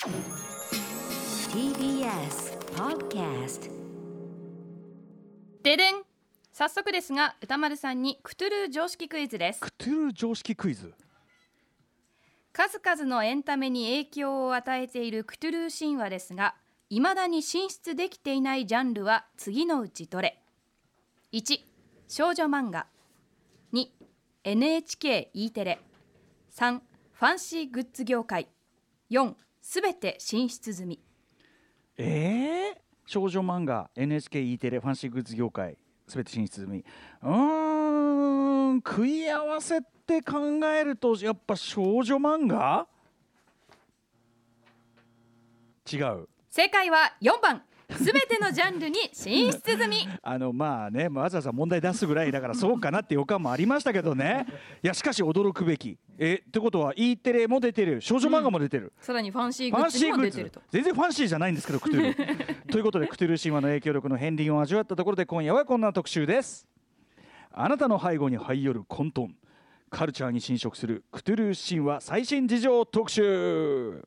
TBS Podcast。 ででん。早速ですが歌丸さんにクトゥルー常識クイズです。 クトゥルー常識クイズ。 数々のエンタメに影響を与えているクトゥルー神話ですが、未だに進出できていないジャンルは次のうちどれ？ 1. 少女漫画。 2. NHKE テレ。 3. ファンシーグッズ業界。 4. すべて進出済み。 少女漫画 NHKE テレファンシーグッズ業界すべて進出済み。食い合わせって考えるとやっぱ少女漫画違う。 正解は4番、すべてのジャンルに進出済みまあね、わざわざ問題出すぐらいだからそうかなって予感もありましたけどね。いやしかし驚くべき。ってことは E テレも出てる、少女漫画も出てる、 さらにファンシーグッズにも出てると。 全然ファンシーじゃないんですけどクトゥルーということでクトゥルー神話の影響力の片鱗を味わったところで今夜はこんな特集です。あなたの背後に這い寄る混沌、カルチャーに侵食するクトゥルー神話最新事情特集。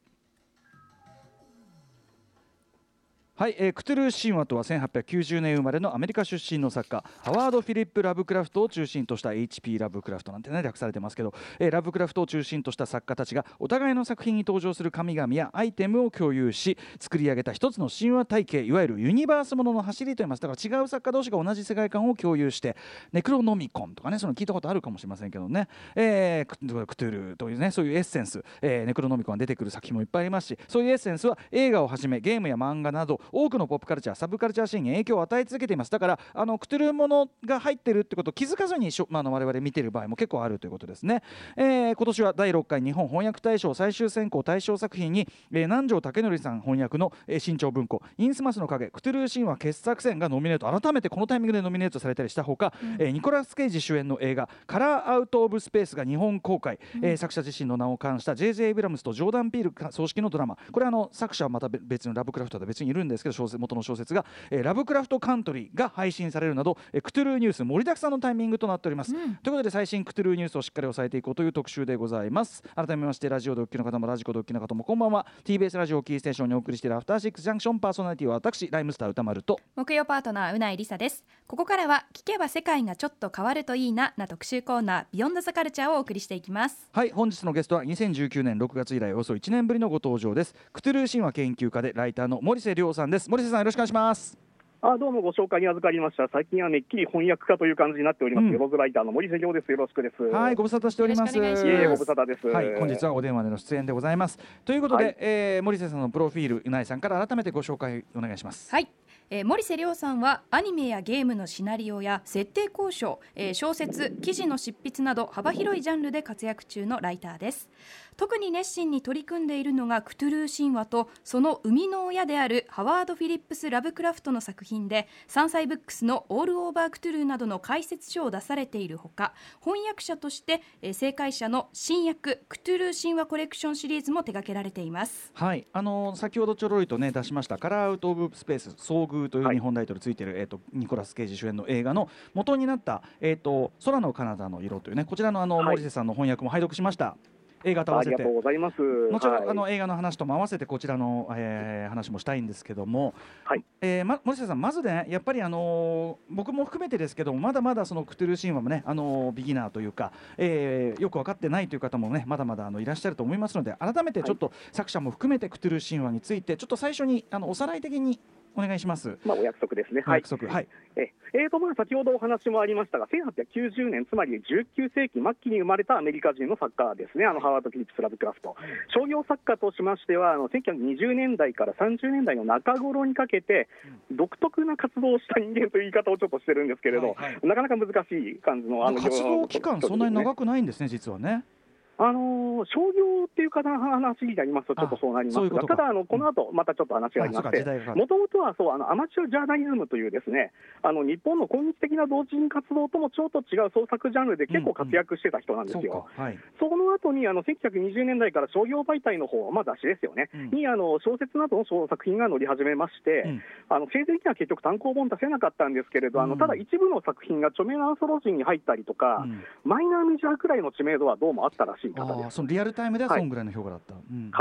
はい、クトゥルー神話とは1890年生まれのアメリカ出身の作家ハワード・フィリップ・ラブクラフトを中心とした HP ラブクラフトなんてね略されてますけど、ラブクラフトを中心とした作家たちがお互いの作品に登場する神々やアイテムを共有し作り上げた一つの神話体系、いわゆるユニバースものの走りといいます。だから違う作家同士が同じ世界観を共有してネクロノミコンとかね、その聞いたことあるかもしれませんけどね、クトゥルーというねそういうエッセンス、ネクロノミコンが出てくる作品もいっぱいありますし、そういうエッセンスは映画をはじめゲームや漫画など多くのポップカルチャーサブカルチャーシーンに影響を与え続けています。だからクトゥルーものが入ってるってことを気づかずに我々見ている場合も結構あるということですね。今年は第6回日本翻訳大賞最終選考対象作品に、南條武則さん翻訳の、新潮文庫インスマスの影クトゥルー神話傑作選がノミネート、改めてこのタイミングでノミネートされたりしたほか、ニコラス・ケイジ主演の映画カラーアウト・オブ・スペースが日本公開、作者自身の名を冠した J.J. エイブラムスとジョーダン・ピール総指揮のドラマ。これは作者はまた別のラブクラフトで別にいるんですけど元の小説が、ラブクラフトカントリーが配信されるなど、クトゥルーニュース盛りだくさんのタイミングとなっております、ということで最新クトゥルーニュースをしっかり押さえていこうという特集でございます。改めましてラジオでお聞きの方もラジコでお聞きの方もこんばんは。 TBS ラジオキーステーションにお送りしているアフターシックスジャンクション、パーソナリティは私ライムスター歌丸と木曜パートナーうないりさです。ここからは聞けば世界がちょっと変わるといいな特集コーナービヨンドザカルチャーをお送りしていきます。 はい、本日のゲストは2019年6月以来およそ1年ぶりのご登場です。クトゥルー神話研究家でライターの森瀬亮さんです。森瀬さんよろしくお願いします。 どうもご紹介に預かりました。最近はめっきり翻訳家という感じになっております、よろずライターの森瀬亮です。よろしくです。 はい、ご無沙汰しております。 よろしくお願いします。 ご無沙汰です。 はい、本日はお電話での出演でございます。ということで、森瀬さんのプロフィールうないさんから改めてご紹介お願いします。 はい、森瀬亮さんはアニメやゲームのシナリオや設定交渉、小説記事の執筆など幅広いジャンルで活躍中のライターです。特に熱心に取り組んでいるのがクトゥルー神話とその生みの親であるハワード・フィリップス・ラブクラフトの作品で山菜ブックスのオールオーバークトゥルーなどの解説書を出されているほか、翻訳者として、正解者の新訳クトゥルー神話コレクションシリーズも手掛けられています。 はい、先ほどちょろりとね出しましたカラーアウト・オブ・スペース遭遇という日本タイトルついている、ニコラス・ケイジ主演の映画の元になった、空の彼方の色というねこちらの森瀬さんの翻訳も拝読しました。映画と合わせてありがとうございます。 もちろん、映画の話とも合わせてこちらの、話もしたいんですけども、 はい森瀬さんまずねやっぱり僕も含めてですけどもまだまだそのクトゥルー神話もねビギナーというか、よく分かってないという方もねまだまだいらっしゃると思いますので、改めてちょっと作者も含めてクトゥルー神話についてちょっと最初におさらい的にお願いします。 お約束ですね。 お約束、はい。 先ほどお話もありましたが1890年つまり19世紀末期に生まれたアメリカ人の作家ですね。ハワード・フィリップス・ラブクラフト、商業作家としましては1920年代から30年代の中頃にかけて独特な活動をした人間という言い方をちょっとしてるんですけれど、なかなか難しい感じの活動期間そんなに長くないんですね実はね。 商業っていう話になりますとちょっとそうなりますが、ただこの後またちょっと話がありまして、もともとはアマチュアジャーナリズムというですね日本の今日的な同人活動ともちょっと違う創作ジャンルで結構活躍してた人なんですよ。その後に1920年代から商業媒体の方、雑誌ですよね、に小説などの作品が載り始めまして、成績には結局単行本出せなかったんですけれど、ただ一部の作品が著名なアンソロジーに入ったりとか、マイナーメジャーくらいの知名度はどうもあったらしい。 そのリアルタイムではそんぐらいの評価だった。 はい、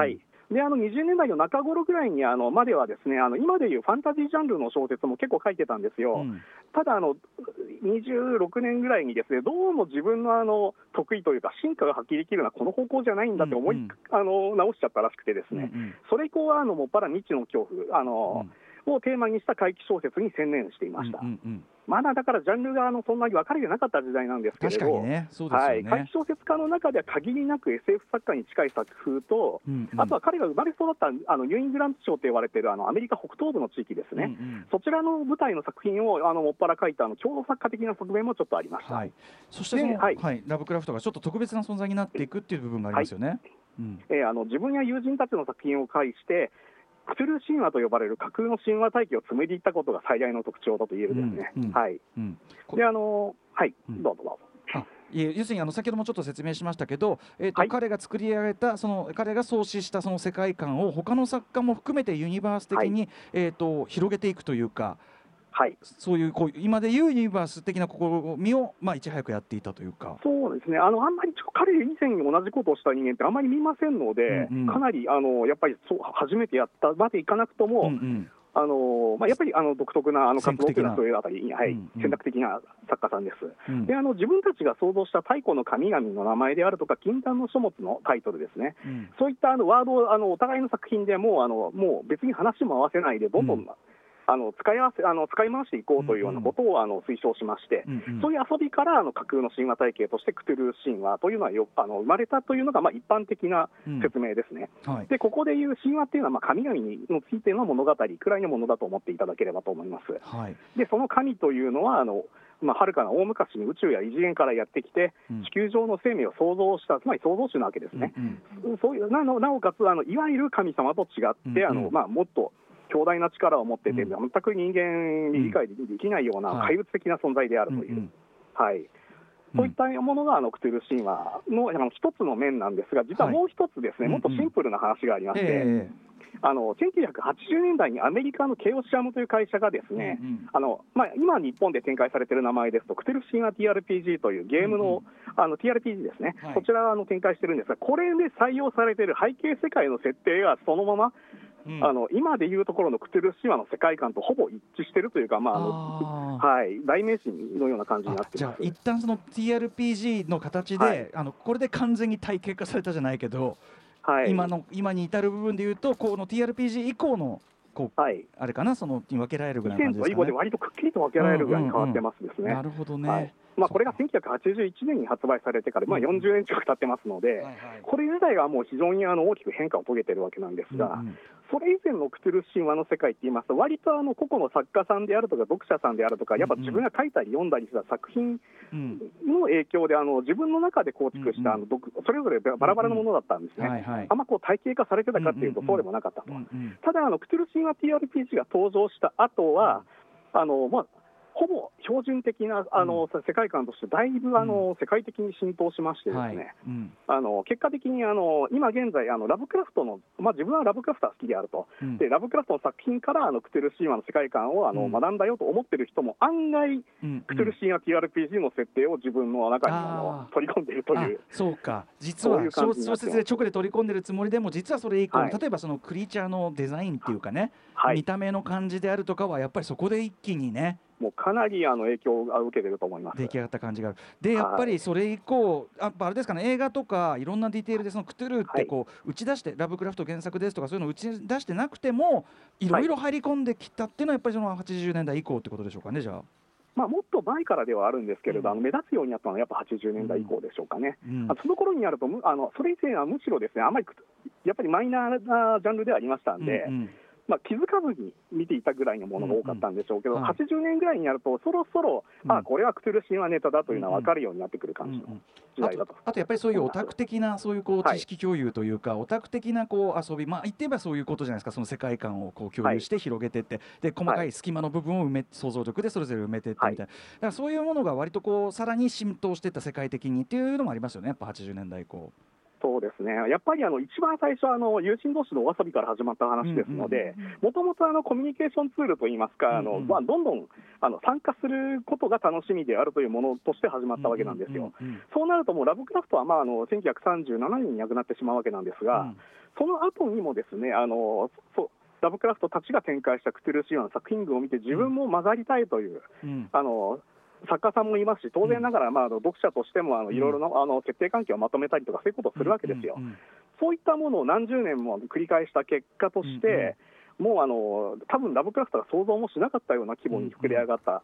で20年代の中頃ぐらいにまではですね今でいうファンタジージャンルの小説も結構書いてたんですよ、ただ26年ぐらいにですねどうも自分の得意というか進化が発揮できるのはこの方向じゃないんだって思い、直しちゃったらしくてですね、それ以降はもっぱら未知の恐怖をテーマにした怪奇小説に専念していました。まだだからジャンルがそんなに分かれてなかった時代なんですけれど、 確かにね、そうですよね。 怪奇小説家の中では限りなく SF 作家に近い作風と、あとは彼が生まれ育ったニューイングランド州と言われているアメリカ北東部の地域ですね、そちらの舞台の作品をもっぱら書いた共同作家的な側面もちょっとありました。 そしてラブクラフトがちょっと特別な存在になっていくっていう部分がありますよね。 自分や友人たちの作品を介してクトゥルー神話と呼ばれる架空の神話体系を紡いでいったことが最大の特徴だと言えるですね。でどうぞ。 要するに先ほどもちょっと説明しましたけど、彼が作り上げた彼が創始したその世界観を他の作家も含めてユニバース的に、広げていくというか、そういう今でいうユニバース的な試みをいち早くやっていたというか。 そうですね、あんまり彼以前に同じことをした人間ってあんまり見ませんので、かなりやっぱり初めてやったまでいかなくとも、やっぱり独特な活動というのはそういうあたりに、選択的な作家さんです。で自分たちが想像した太古の神々の名前であるとか禁断の書物のタイトルですね、そういったワードをお互いの作品でもう別に話も合わせないでどんどん使い回していこうというようなことを推奨しまして、そういう遊びから架空の神話体系としてクトゥルー神話というのは生まれたというのが一般的な説明ですね。でここでいう神話っていうのは神々についての物語くらいのものだと思っていただければと思います。でその神というのは遥かな大昔に宇宙や異次元からやってきて、地球上の生命を創造した、つまり創造主なわけですね。そういうなおかついわゆる神様と違って、もっと強大な力を持っていて、全く人間に理解できないような怪物的な存在であるという、そういったものがクトゥルー神話の一つの面なんですが、実はもう一つですね、もっとシンプルな話がありまして、1980年代にアメリカのケオシアムという会社がですね、今日本で展開されている名前ですとクトゥルー神話 TRPG というゲームの、TRPG ですね、こちら展開しているんですが、これで採用されている背景世界の設定がそのまま今でいうところのクトゥルー神話の世界観とほぼ一致しているというか、代名詞のような感じになっています。 じゃあ一旦その TRPG の形で、これで完全に体系化されたじゃないけど、今に至る部分でいうとこの TRPG 以降のあれかな、そのに分けられるぐらいの感じですかね。 以降で割とくっきりと分けられるぐらいに変わってますですね。 なるほどね。 これが1981年に発売されてから40年近く経ってますので、これ自体がもう非常に大きく変化を遂げているわけなんですが、それ以前のクトゥルー神話の世界って言いますと、割と個々の作家さんであるとか読者さんであるとか、やっぱ自分が書いたり読んだりした作品の影響で自分の中で構築したそれぞれバラバラのものだったんですね。あんま体系化されてたかっていうとそうでもなかったと。ただクトゥルー神話 TRPG が登場した後はほぼ標準的な世界観としてだいぶ世界的に浸透しましてですね、結果的に今現在ラブクラフトの、自分はラブクラフトは好きであると、でラブクラフトの作品からクトゥルー神話の世界観を学んだよと思っている人も案外、クトゥルー神話 TRPG の設定を自分の中に取り込んでいるという。 そうか、実は小説で直で取り込んでるつもりでも、実はそれ以降、例えばそのクリーチャーのデザインっていうかね、見た目の感じであるとかはやっぱりそこで一気にねもうかなり影響を受けていると思います。 出来上がった感じがある。でやっぱりそれ以降、あれですかね、映画とかいろんなディテールでそのクトゥルーって打ち出して、ラブクラフト原作ですとかそういうのを打ち出してなくてもいろいろ入り込んできたっていうのはやっぱりその80年代以降ってことでしょうかね。じゃあもっと前からではあるんですけれど、目立つようになったのはやっぱ80年代以降でしょうかね。その頃になるとそれ以前はむしろですね、あまりやっぱりマイナーなジャンルではありましたんで、気づかずに見ていたぐらいのものが多かったんでしょうけど、80年ぐらいになるとそろそろ、これはクトゥルー神話ネタだというのは分かるようになってくる感じの時代だと。 あとやっぱりそういうオタク的なそういう知識共有というか、オタク的な遊び、言ってばそういうことじゃないですか。その世界観を共有して広げていって、で細かい隙間の部分を想像力でそれぞれ埋めていってみたいな、だからそういうものが割とさらに浸透していった世界的にっていうのもありますよね、やっぱ80年代以降。 そうですね、やっぱり一番最初は友人同士のお遊びから始まった話ですので、もともとコミュニケーションツールといいますか、どんどん参加することが楽しみであるというものとして始まったわけなんですよ。そうなるともうラブクラフトは1937年に亡くなってしまうわけなんですが、その後にもですねラブクラフトたちが展開したクトゥルー神話の作品群を見て自分も混ざりたいという、作家さんもいますし、当然ながら読者としてもいろいろな設定関係をまとめたりとかそういうことをするわけですよ。そういったものを何十年も繰り返した結果として、もう多分ラブクラフトが想像もしなかったような規模に膨れ上がった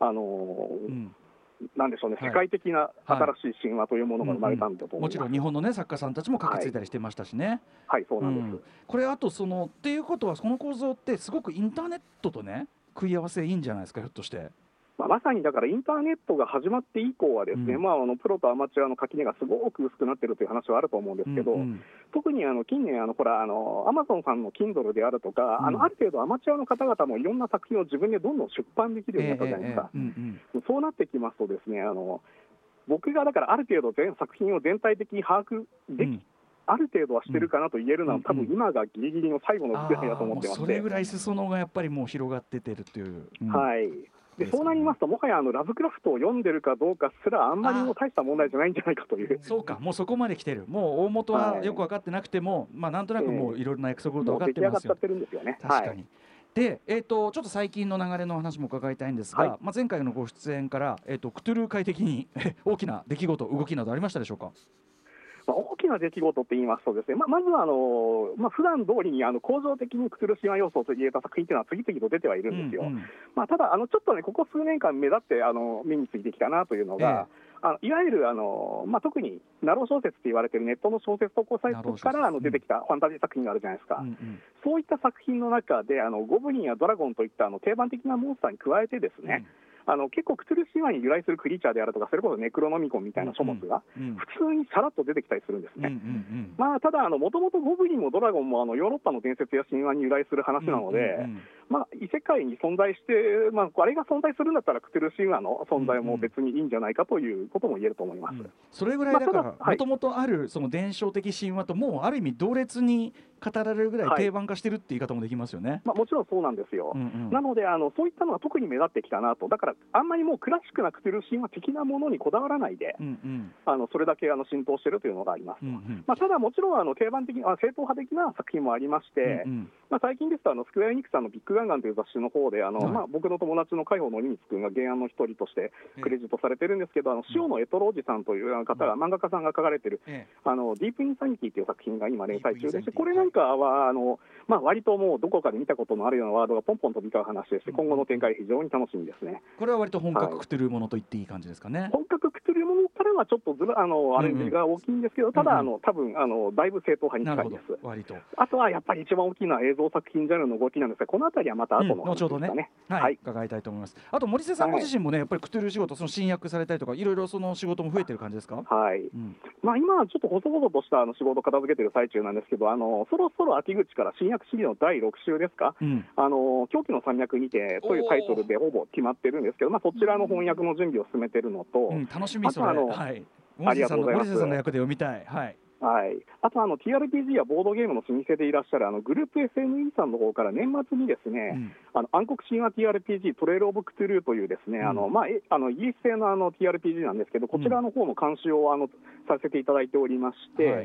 なんでしょうね、世界的な新しい神話というものが生まれたんだと思います。 もちろん日本の、ね、作家さんたちも書きついたりしてましたしね。 はい、そうなんです。 これあとっていうことはこの構造ってすごくインターネットとね食い合わせいいんじゃないですか、ひょっとして。 まさにだからインターネットが始まって以降はですね、プロとアマチュアの垣根がすごく薄くなっているという話はあると思うんですけど、特に近年アマゾンさんの Kindle であるとか、ある程度アマチュアの方々もいろんな作品を自分でどんどん出版できるようになったじゃないですか。そうなってきますとですね、僕がだからある程度作品を全体的に把握できある程度はしてるかなと言えるのは、多分今がギリギリの最後の時代だと思ってまして、 それぐらい裾野がやっぱりもう広がっててるっていう、 はい。でそうなりますと、もはやラブクラフトを読んでるかどうかすらあんまりもう大した問題じゃないんじゃないかという。 そうか、もうそこまで来てる。もう大元はよく分かってなくても、なんとなくもういろいろな約束事分かってますよ。 もう出来上がっちゃってるんですよね。 確かに。で、ちょっと最近の流れの話も伺いたいんですが、前回のご出演から、クトゥルー界的に大きな出来事、動きなどありましたでしょうか。 大きな出来事と言いますとですね、まずは普段通りに恒常的にクトゥルー神話要素を入れた作品というのは次々と出てはいるんですよ。ただちょっとねここ数年間目立って目についてきたなというのが、いわゆる特にナロー小説と言われているネットの小説投稿サイトから出てきたファンタジー作品があるじゃないですか。そういった作品の中でゴブリンやドラゴンといった定番的なモンスターに加えてですね、結構クトゥルー神話に由来するクリーチャーであるとか、それこそネクロノミコンみたいな書物が普通にさらっと出てきたりするんですね。ただもともとゴブリンもドラゴンもヨーロッパの伝説や神話に由来する話なので、異世界に存在して、あれが存在するんだったらクトゥルー神話の存在も別にいいんじゃないかということも言えると思います。 それぐらいだからもともとあるその伝承的神話ともうある意味同列に語られるぐらい定番化してるって言い方もできますよね。 もちろんそうなんですよ。なのでそういったのが特に目立ってきたなと。だからあんまりもうクラシックなクトゥルー神話的なものにこだわらないで、それだけ浸透しているというのがあります。ただもちろん定番的な正統派的な作品もありまして、最近ですとスクエアエニックスさんのビッグガンガンという雑誌の方で僕の友達の海保典光君が原案の一人としてクレジットされてるんですけど、塩野エトロおじさんという方が漫画家さんが書かれているディープインサニティという作品が今連載中でして、これなんかは割ともうどこかで見たことのあるようなワードがポンポン飛び交う話でして、今後の展開非常に楽しみですね。 これは割と本格クトゥルーものと言っていい感じですかね。 本格クトゥルーものからはちょっとアレンジが大きいんですけど、ただ多分だいぶ正統派に近いです。 割とあとはやっぱり一番大きな映像作品ジャンルの動きなんですが、このあたりはまた後の話ですかね。 伺いたいと思います。あと森瀬さんご自身もね、やっぱりクトゥルー仕事、その新訳されたりとかいろいろその仕事も増えてる感じですか。今はちょっと細々とした仕事を片付けてる最中なんですけど、そろそろ秋口から新訳シリーズの第6週ですか、狂気の山脈にてというタイトルでほぼ決まってるんですけど、そちらの翻訳の準備を進めてるのと、 楽しみそれ。森瀬さんの役で読みたい。 あとTRPG やボードゲームの老舗でいらっしゃるグループ SNE さんの方から年末にですね、暗黒神話 TRPG トレイルオブクトゥルーというですね、イギリス製のTRPG なんですけど、こちらの方の監修をさせていただいておりまして、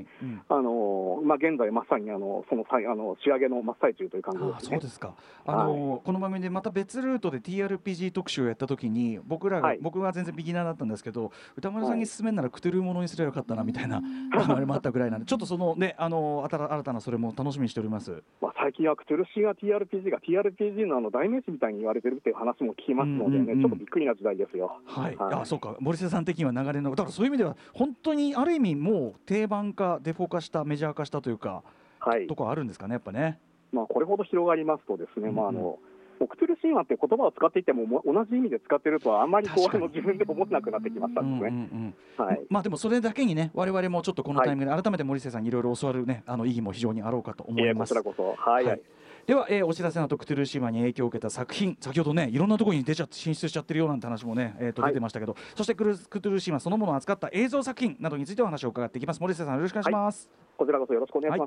現在まさにその仕上げの真っ最中という感じですね。 そうですか。この番組でまた別ルートで TRPG 特集をやった時に僕は全然ビギナーだったんですけど、歌丸さんに勧めるならクトゥルーものにすればよかったなみたいなあれもあったぐらいなんで、ちょっとそのね新たなそれも楽しみにしております。 最近はクトゥルー神話 TRPG が TRPG の代名詞みたいに言われてるっていう話も聞きますのでね、ちょっとびっくりな時代ですよ。そうか、森瀬さん的には流れのだからそういう意味では本当にある意味もう定番化デフォ化したメジャー化したというか、とこあるんですかね、やっぱね。 これほど広がりますとですね、クトゥルー神話って言葉を使っていても同じ意味で使ってるとはあんまり自分で思わなくなってきましたんですね。 でもそれだけにね、我々もちょっとこのタイミングで改めて森瀬さんにいろいろ教わるね意義も非常にあろうかと思います。 こちらこそ。 では、お知らせの後クトゥルー神話に影響を受けた作品、先ほどねいろんなところに進出しちゃってるようなんて話もね、出てましたけど、そしてクトゥルー神話そのものを扱った映像作品などについてお話を伺っていきます。森瀬さんよろしくお願いします。 こちらこそよろしくお願いします。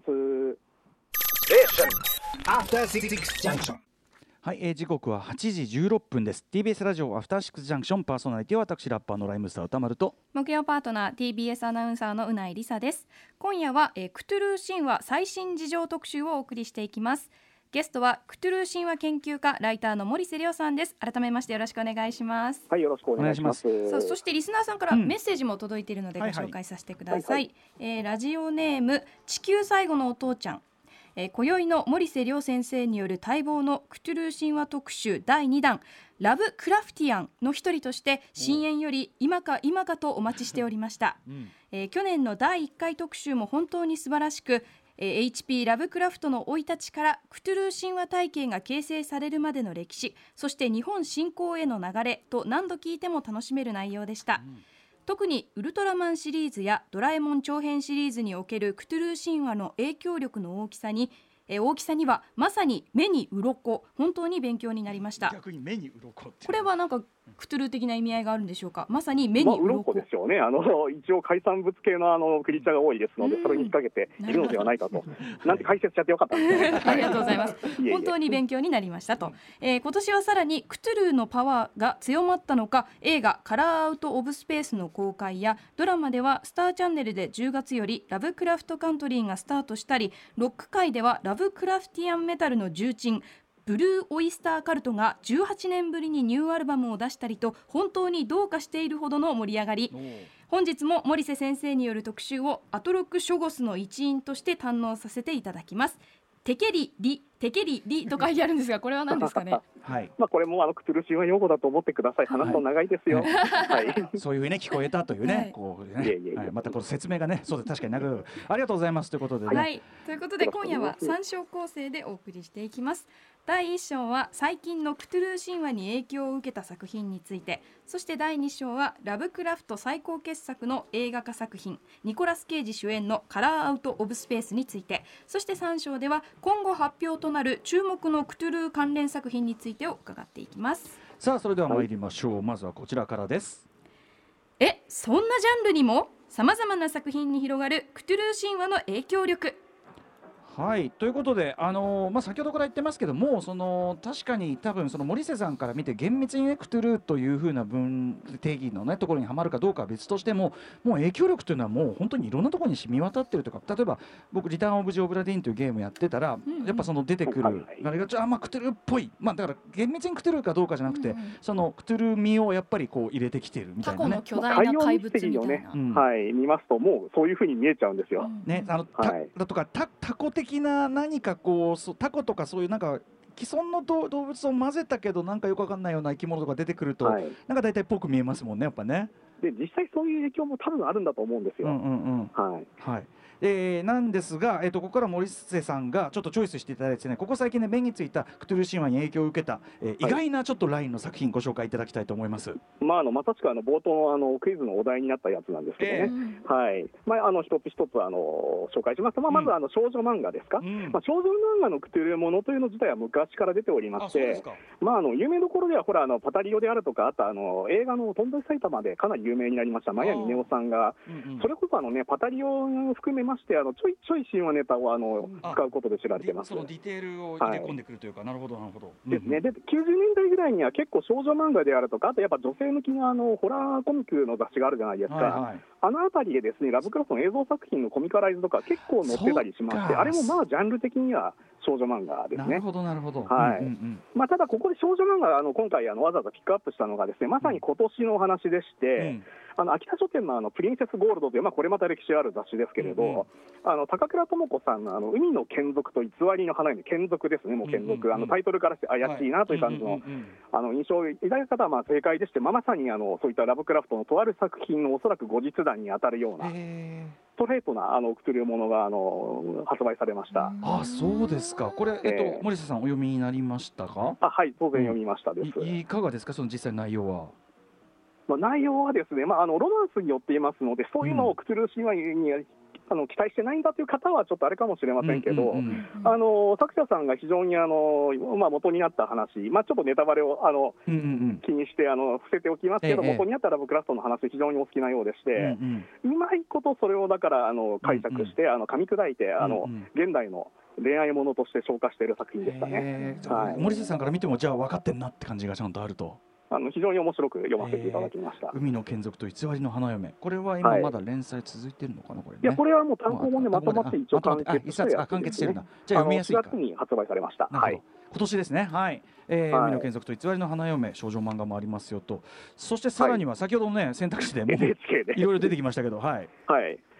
はい、時刻は8時16分です。 TBS ラジオアフターシックスジャンクション、パーソナリティは私ラッパーのライムスター歌丸と木曜パートナー TBS アナウンサーのうないりさです。今夜はクトゥルー神話最新事情特集をお送りしていきます。ゲストはクトゥルー神話研究家ライターの森瀬亮さんです。改めましてよろしくお願いします。 はい、よろしくお願いします。 さあ、そしてリスナーさんからメッセージも届いているのでご紹介させてください。ラジオネーム地球最後のお父ちゃん、今宵の森瀬亮先生による待望のクトゥルー神話特集第2弾ラブクラフティアンの一人として深淵より今かとお待ちしておりました。去年の第1回特集も本当に素晴らしく、HP ラブクラフトの生い立ちからクトゥルー神話体系が形成されるまでの歴史、そして日本侵攻への流れと何度聞いても楽しめる内容でした。特にウルトラマンシリーズやドラえもん長編シリーズにおけるクトゥルー神話の影響力の大きさにはまさに目に鱗、本当に勉強になりました。 逆に目に鱗って、 これはなんかクトゥルー的な意味合いがあるんでしょうか。まさに目に鱗ですよね。一応海産物系のクリーチャーが多いですので、それに引っ掛けているのではないかとなんて解説しちゃってよかったですね。 ありがとうございます。本当に勉強になりましたと。今年はさらにクトゥルーのパワーが強まったのか、映画カラーアウトオブスペースの公開やドラマではスターチャンネルで10月よりラブクラフトカントリーがスタートしたり、ロック界ではラブクラフティアンメタルの重鎮ブルーオイスターカルトが18年ぶりにニューアルバムを出したりと、本当にどうかしているほどの盛り上がり。本日も森瀬先生による特集をアトロクショゴスの一員として堪能させていただきます。テケリリと書いてあるんですが、これは何ですかね。 はい、これもクトゥルー神話用語だと思ってください。話すと長いですよ。 そういうふうに聞こえたというね、こうね、またこの説明がね、そうで確かに長くありがとうございますということでね。 はい、ということで今夜は3章構成でお送りしていきます。第1章は最近のクトゥルー神話に影響を受けた作品について、そして第2章はラブクラフト最高傑作の映画化作品ニコラス・ケイジ主演のカラーアウト・オブ・スペースについて、そして3章では今後発表となる注目のクトゥルー関連作品についてを伺っていきます。 さあ、それでは参りましょう。まずはこちらからです。 そんなジャンルにもさまざまな作品に広がるクトゥルー神話の影響力。 はい、ということで、先ほどから言ってますけども、確かに多分森瀬さんから見て厳密に、クトゥルーという風な定義の、ところにはまるかどうかは別としても、もう影響力というのはもう本当にいろんなところに染み渡ってるとか、例えば僕リターンオブジオブラディーンというゲームやってたら、やっぱ出てくるあれがクトゥルーっぽい、だから厳密にクトゥルーかどうかじゃなくて、クトゥルー味をやっぱりこう入れてきてるみたいなね。 タコの巨大な怪物みたいな、 見ますともうそういう風に見えちゃうんですよ。 だとかタコ的何かタコとかそういう既存の動物を混ぜたけどなんかよくわかんないような生き物とか出てくると、なんか大体っぽく見えますもんね、やっぱね。 で実際そういう影響も多分あるんだと思うんですよ。 なんですが、ここから森瀬さんがちょっとチョイスしていただいてね、ここ最近ね目についたクトゥルー神話に影響を受けた、意外なちょっとラインの作品ご紹介いただきたいと思います。 まさしく冒頭のクイズのお題になったやつなんですけどね、一つ一つ紹介しますと、まず少女漫画ですか。少女漫画のクトゥルーものというの自体は昔から出ておりまして、有名どころではパタリオであるとか、あと映画の「飛んで埼玉」でかなり有名になりました真矢峰夫さんが、それこそパタリオを含めましてちょいちょい神話ネタを使うことで知られてます。 そのディテールを入れ込んでくるというか、なるほどですね。で90年代ぐらいには結構少女漫画であるとか、あとやっぱ女性向きのホラーコミックの雑誌があるじゃないですか。あの辺りでですね、ラブクラフトの映像作品のコミカライズとか結構載ってたりしまして、あれもジャンル的には少女漫画ですね。 なるほどなるほど。 ただここで少女漫画今回わざわざピックアップしたのがですね、まさに今年のお話でして、秋田書店のプリンセスゴールドという、これまた歴史ある雑誌ですけれど、高倉智子さんの海の眷属と偽りの花嫁、眷属ですね、もう眷属、タイトルからして怪しいなという感じの印象を抱いた方は正解でして、まさにそういったラブクラフトのとある作品のおそらく後日談に当たるようなストレートなクトゥルーものが発売されました。 そうですか。これ、森瀬さんお読みになりましたか。 はい、当然読みましたです。 いかがですか、その実際の内容は。 内容はですね、ロマンスによっていますので、そういうのをクトゥルー神話に期待してないんだという方はちょっとあれかもしれませんけど、作者さんが非常に元になった話、ちょっとネタバレを気にして伏せておきますけど、元になったラブクラフトの話非常にお好きなようでして、うまいことそれをだから解釈して噛み砕いて現代の恋愛ものとして消化している作品でしたね。 森下さんから見てもじゃあ分かってんなって感じがちゃんとあると。 非常に面白く読ませていただきました。 海の眷属と偽りの花嫁、これは今まだ連載続いてるのかな、これね。 いや、これはもう単行本でまとまって一応完結してるんだ。じゃあ読みやすいか。 4月に発売されました。はい。 今年ですね。はい。海の眷属と偽りの花嫁、少女漫画もありますよと。そしてさらには先ほどのね選択肢でもいろいろ出てきましたけど、はい。 はい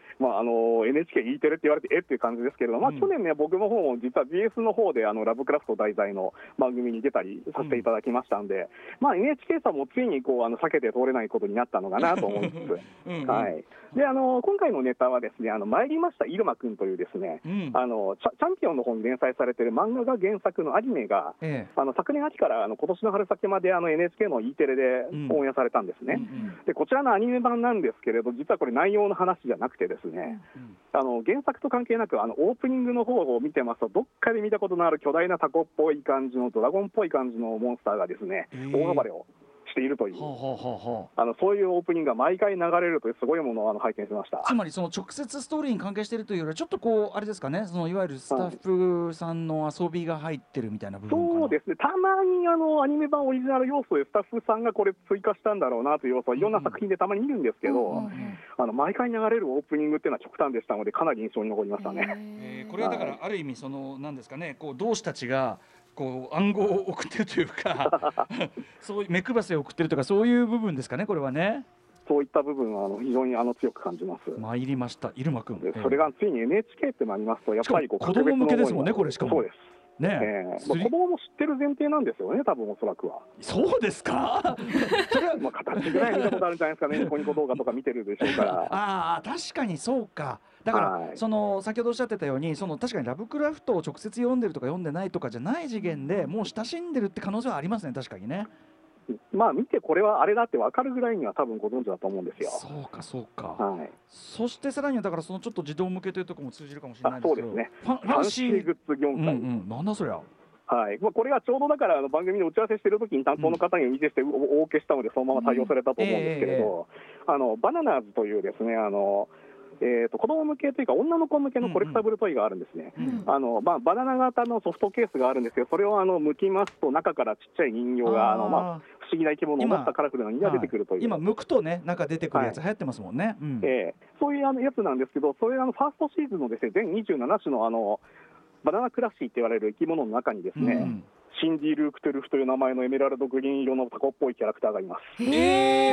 。NHK、E テレって言われてっていう感じですけれども、去年ね、僕の方も実は BS の方でラブクラフト題材の番組に出たりさせていただきましたんで、NHK さんもついに避けて通れないことになったのかなと思いつつ、はい、で今回のネタはですね、参りました入間くんというですね、チャンピオンの方に連載されている漫画が原作のアニメが、昨年秋から今年の春先までNHK の E テレでオンエアされたんですね。でこちらのアニメ版なんですけれど、実はこれ内容の話じゃなくてですね、原作と関係なくオープニングの方を見てますと、どっかで見たことのある巨大なタコっぽい感じのドラゴンっぽい感じのモンスターがですね、大暴れをしているという、そういうオープニングが毎回流れるというすごいものを拝見しました。 つまりその直接ストーリーに関係しているというよりはちょっとあれですかね、そのいわゆるスタッフさんの遊びが入ってるみたいな部分かな。 そうですね、たまにアニメ版オリジナル要素でスタッフさんがこれ追加したんだろうなという要素はいろんな作品でたまに見るんですけど、毎回流れるオープニングっていうのは極端でしたので、かなり印象に残りましたね。 これはだからある意味なんですかね、同志たちが暗号を送ってるというかそういう目配せを送ってるとか、そういう部分ですかね、これはね。 そういった部分は非常に強く感じます。 参りました入間くん、 それがついに NHK ってなりますと、やっぱり子供向けですもんね、これ。しかもそうですね、子供も知ってる前提なんですよね、多分おそらくは。 そうですかそれは形ぐらい見たことあるんじゃないですかね、ニコニコ動画とか見てるでしょうから確かにそうか。だから、先ほどおっしゃってたように確かにラブクラフトを直接読んでるとか読んでないとかじゃない次元でもう親しんでるって可能性はありますね、確かにね。 見てこれはあれだって分かるぐらいには多分ご存知だと思うんですよ。 そうか、そしてさらにはだからちょっと児童向けというところも通じるかもしれないですけど、 そうですね、ファンシーグッズ業界、 なんだそりゃ。 これがちょうどだから番組の打ち合わせしているときに担当の方にお見せしてお受けしたので、そのまま対応されたと思うんですけれど、バナナーズというですね、子供向けというか女の子向けのコレクタブルトイがあるんですね。バナナ型のソフトケースがあるんですけど、それを剥きますと中からちっちゃい人形が不思議な生き物を持ったカラフルな人形が出てくるという、 今剥くとね、中出てくるやつ流行ってますもんね。 そういうやつなんですけど、それファーストシーズンのですね、全27種のバナナクラッシーって言われる生き物の中にですね、シンディ・ルーク・トゥルフという名前のエメラルドグリーン色のタコっぽいキャラクターがいます。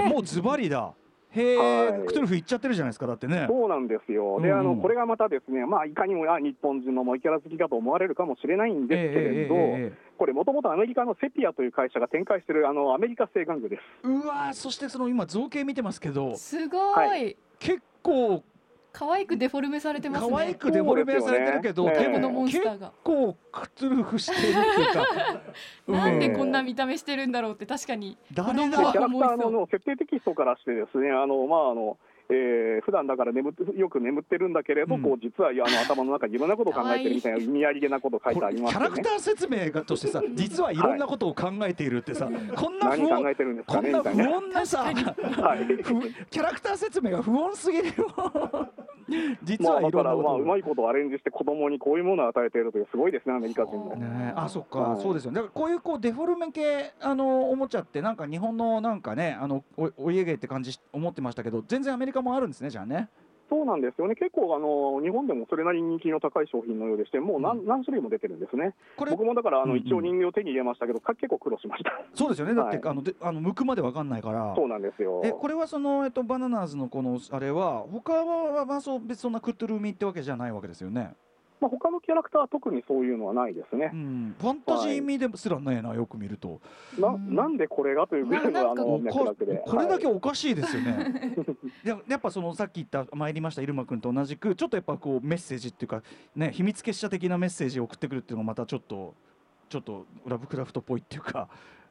もうズバリだ。クトゥルフいっちゃってるじゃないですか、だってね。 そうなんですよ。でこれがまたですね、いかにも日本人のモイキャラ好きかと思われるかもしれないんですけれど、これもともとアメリカのセピアという会社が展開しているアメリカ製玩具です。 そして今造形見てますけど、 すごい、 結構可愛くデフォルメされてますね。 可愛くデフォルメされてるけど、 結構クトゥルフしてるっていうかなんでこんな見た目してるんだろうって、確かにキャラクターの設定テキストからしてですね、普段だからよく眠ってるんだけれど、実は頭の中にいろんなことを考えてるみたいな意味ありげなことを書いてありますよね。 キャラクター説明としてさ、実はいろんなことを考えているってさ、こんな不穏なさ、キャラクター説明が不穏すぎるよ実はいろんなことをうまいことをアレンジして子供にこういうものを与えているという、すごいですね、アメリカ人も。 そっか、そうですよね。だからこういうデフォルメ系おもちゃってなんか日本のなんかねお家芸って感じ思ってましたけど、全然アメリカもあるんですね、じゃあね。 そうなんですよね。結構日本でもそれなりに人気の高い商品のようでして、もう何種類も出てるんですね。僕もだから一応人形を手に入れましたけど、結構苦労しました。 そうですよね。だって剥くまで分かんないから。 そうなんですよ。 これはバナナーズのこのあれは他は別にそんなクトゥルミってわけじゃないわけですよね。 他のキャラクターは特にそういうのはないですね。 ファンタジー味ですらねよく見ると、 なんでこれがというぐらいの脈絡で、 これだけおかしいですよね。やっぱさっき言った参りました入間君と同じくちょっとやっぱメッセージっていうかね、秘密結社的なメッセージを送ってくるっていうのがまたちょっとラブクラフトっぽいっていうか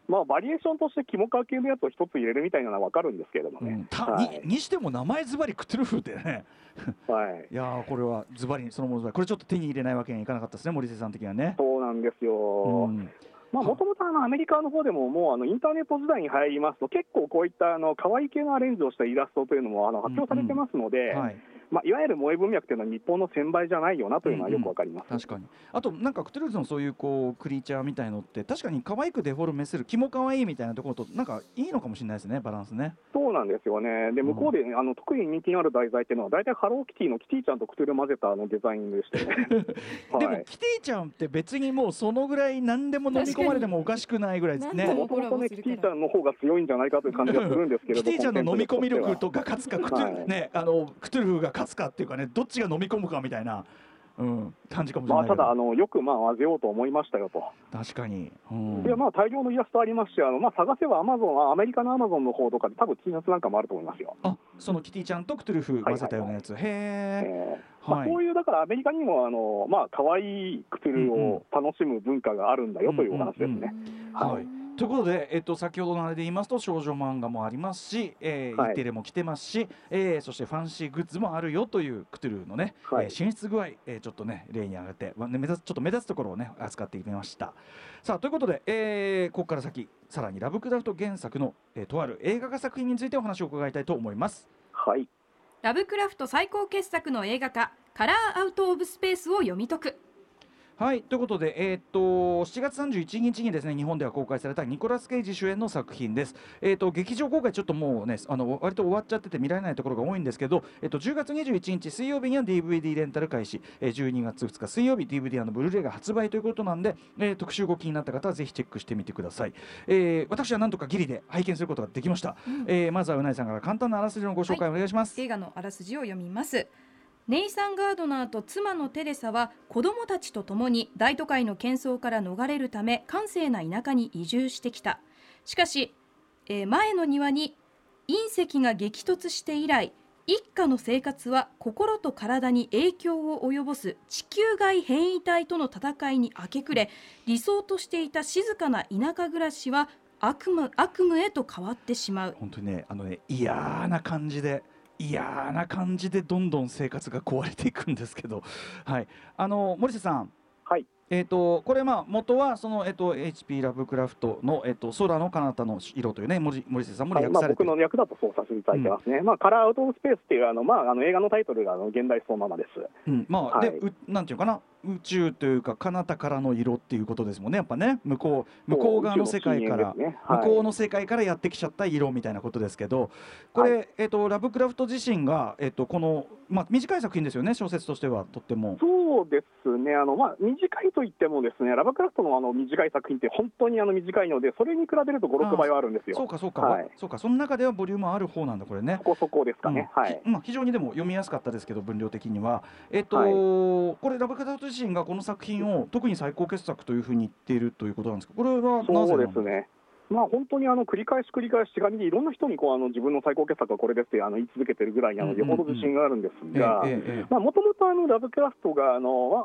まあ、バリエーションとして肝かけのやつを一つ入れるみたいなのは分かるんですけれどもね、 にしても名前ズバリクトゥルフってねいやこれはズバリそのものズバリこれちょっと手に入れないわけにはいかなかったですね、森瀬さん的にはね。 そうなんですよ、もともとアメリカの方でももうインターネット時代に入りますと結構こういった可愛い系のアレンジをしたイラストというのも発表されてますので、いわゆる萌え文脈というのは日本の1000倍じゃないよなというのはよくわかります。 確かに。あとなんかクトゥルフのそういうクリーチャーみたいのって確かに可愛くデフォルメする気も可愛いみたいなところとなんかいいのかもしれないですね、バランスね。 そうなんですよね。で向こうで、特に人気のある題材っていうのは大体ハローキティのキティちゃんとクトゥルフ混ぜたデザインでしてねでもキティちゃんって別にもうそのぐらい何でも飲み込まれてもおかしくないぐらいですね。 もともとねキティちゃんの方が強いんじゃないかという感じがするんですけれどキティちゃんの飲み込み力とが勝つかクトゥルフが勝つかっていうかね、どっちが飲み込むかみたいな、感じかもしれない。 ただよく混ぜようと思いましたよと。 確かに。 で大量のイラストありますし、探せばアメリカのアマゾンの方とかで多分 T シャツなんかもあると思いますよ。 そのキティちゃんとクトゥルフ混ぜたようなやつ。へえ。 そういうだからアメリカにも可愛いクトゥルフを楽しむ文化があるんだよというお話ですね。 ということで、先ほどのあれで言いますと少女漫画もありますし、Eテレも来てますし、そしてファンシーグッズもあるよというクトゥルフのね、進出具合、ちょっとね例に上がって、ちょっと目立つところをね扱ってみました。さあということで、ここから先さらにラブクラフト原作の、とある映画化作品についてお話を伺いたいと思います。 ラブクラフト最高傑作の映画化カラーアウトオブスペースを読み解く。 はい、ということで、7月31日にですね日本では公開されたニコラス・ケイジ主演の作品です。劇場公開ちょっともうね割と終わっちゃってて見られないところが多いんですけど、10月21日水曜日には DVD レンタル開始、12月2日水曜日 DVD& ブルーレイが発売ということなんで、特集ご気になった方はぜひチェックしてみてください。私はなんとかギリで拝見することができました。まずはうないさんから簡単なあらすじのご紹介お願いします。 映画のあらすじを読みます。ネイサン・ガードナーと妻のテレサは子供たちと共に大都会の喧騒から逃れるため閑静な田舎に移住してきた。しかし、前の庭に隕石が激突して以来一家の生活は心と体に影響を及ぼす地球外変異体との戦いに明け暮れ、理想としていた静かな田舎暮らしは悪夢へと変わってしまう。 本当にね、嫌な感じでどんどん生活が壊れていくんですけど、森瀬さん、これ元はその、HP ラブクラフトの、空の彼方の色というね森瀬さんも略されて、 僕の役だとそうさせていただいてますね。カラーアウトオブスペースっていう映画のタイトルが現代そのままです。 でなんていうかな、宇宙というか彼方からの色っていうことですもんね、やっぱね、向こう側の世界から、向こうの世界からやってきちゃった色みたいなことですけど、これ、ラブクラフト自身が、この、短い作品ですよね、小説としてはとっても。 そうですね、短いといってもですね、ラブクラフトの短い作品って本当に短いので、それに比べると5、6倍はあるんですよ。 そうか、その中ではボリュームある方なんだこれね。 そこですかね。 非常にでも読みやすかったですけど、分量的にはこれラブクラフト自身がこの作品を特に最高傑作というふうに言っているということなんですか。これはなぜなんですか。 そうですね、本当に繰り返し手紙でいろんな人に自分の最高傑作はこれですって言い続けてるぐらいよほど自信があるんですが、もともとラブクラフトが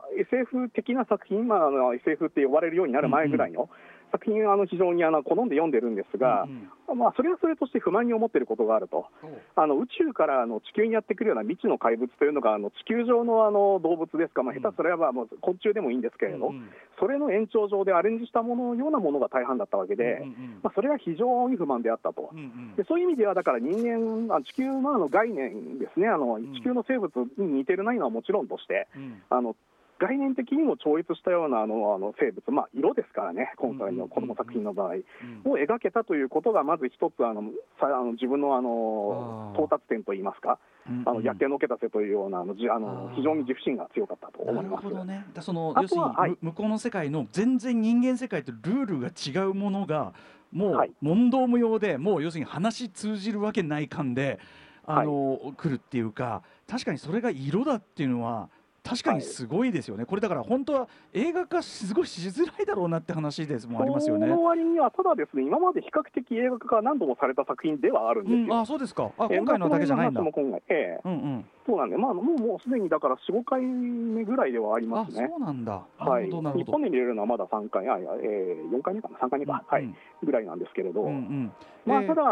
SF 的な作品、SF って呼ばれるようになる前ぐらいの作品非常に好んで読んでるんですが、それはそれとして不満に思っていることがあると。宇宙から地球にやってくるような未知の怪物というのが地球上の動物ですか、下手すれば昆虫でもいいんですけれど、それの延長上でアレンジしたもののようなものが大半だったわけで、それが非常に不満であったと。でそういう意味ではだから地球の概念ですね、地球の生物に似てるないのはもちろんとして、概念的にも超越したような生物、色ですからね、今回のこの作品の場合、を描けたということがまず一つ自分の到達点といいますか、やってのけたせというような非常に自負心が強かったと思います。 なるほどね。要するに向こうの世界の全然人間世界とルールが違うものがもう問答無用で、もう要するに話通じるわけない感で来るっていうか、確かにそれが色だっていうのは確かにすごいですよね、これだから本当は映画化すごいしづらいだろうなって話ですもありますよね。 その割にはただですね、今まで比較的映画化が何度もされた作品ではあるんですよ。 あ、そうですか。今回のだけじゃないんだ。 そうなんで、もうすでにだから4、5回目ぐらいではありますね。 そうなんだ。 はい、日本で見れるのはまだ3回、4回目かな、3回目か、ぐらいなんですけれど、ただ、